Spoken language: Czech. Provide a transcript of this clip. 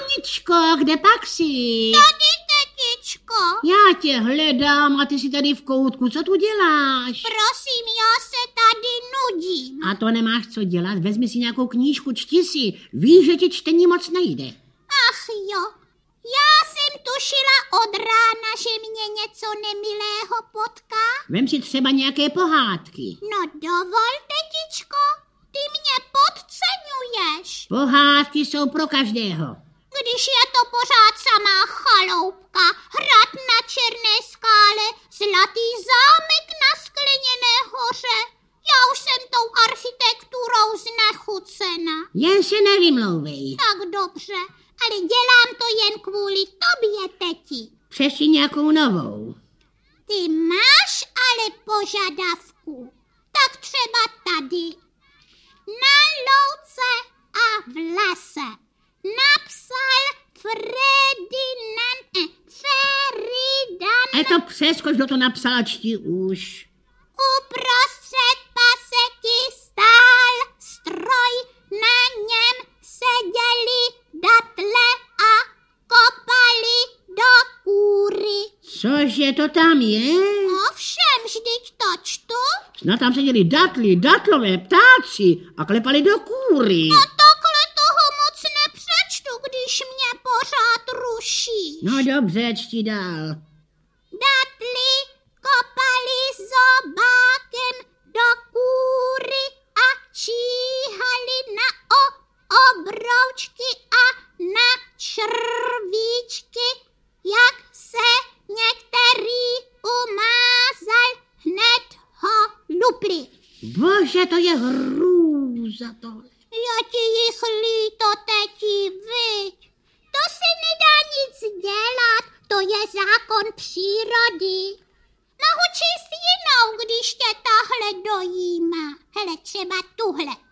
Aničko, kde pak jsi? Tady, tetičko. Já tě hledám a ty jsi tady v koutku. Co tu děláš? Prosím, já se tady nudím. A to nemáš co dělat? Vezmi si nějakou knížku, čti si. Víš, že ti čtení moc nejde. Ach jo, já jsem tušila od rána, že mě něco nemilého potká. Vem si třeba nějaké pohádky. No dovol, tetičko, ty mě podceňuješ. Pohádky jsou pro každého. Když je to pořád samá chaloupka, hrad na černé skále, zlatý zámek na skleněné hoře. Já už jsem tou architekturou znechucena. Jen se nevymlouvej. Tak dobře, ale dělám to jen kvůli tobě, teti. Přešli nějakou novou. Ty máš ale požadavku. Tak třeba tady. Na louce a v lese. Napsal Ferdinand. A to přeskoč, kdo to napsal a čti už. Uprostřed paseky stál stroj, na něm seděli datle a kopali do kůry. Cože to tam je? Ovšem, vždyť to čtu. Snad tam seděli datlové, ptáci a klepali do kůry. A takhle toho moc nepřečtu, když mě pořád rušíš. No dobře, čti dál. Datli kopali zobákem do kůry a číhali na obroučky a na červíčky, jak se některý umázal, hned ho lupli. Bože, to je hrůza tohle. Já ti jich líto, teti, viď? To se nedá nic dělat, to je zákon přírody. Mohu číst jinou, když tě tahle dojímá. Hele, třeba tuhle.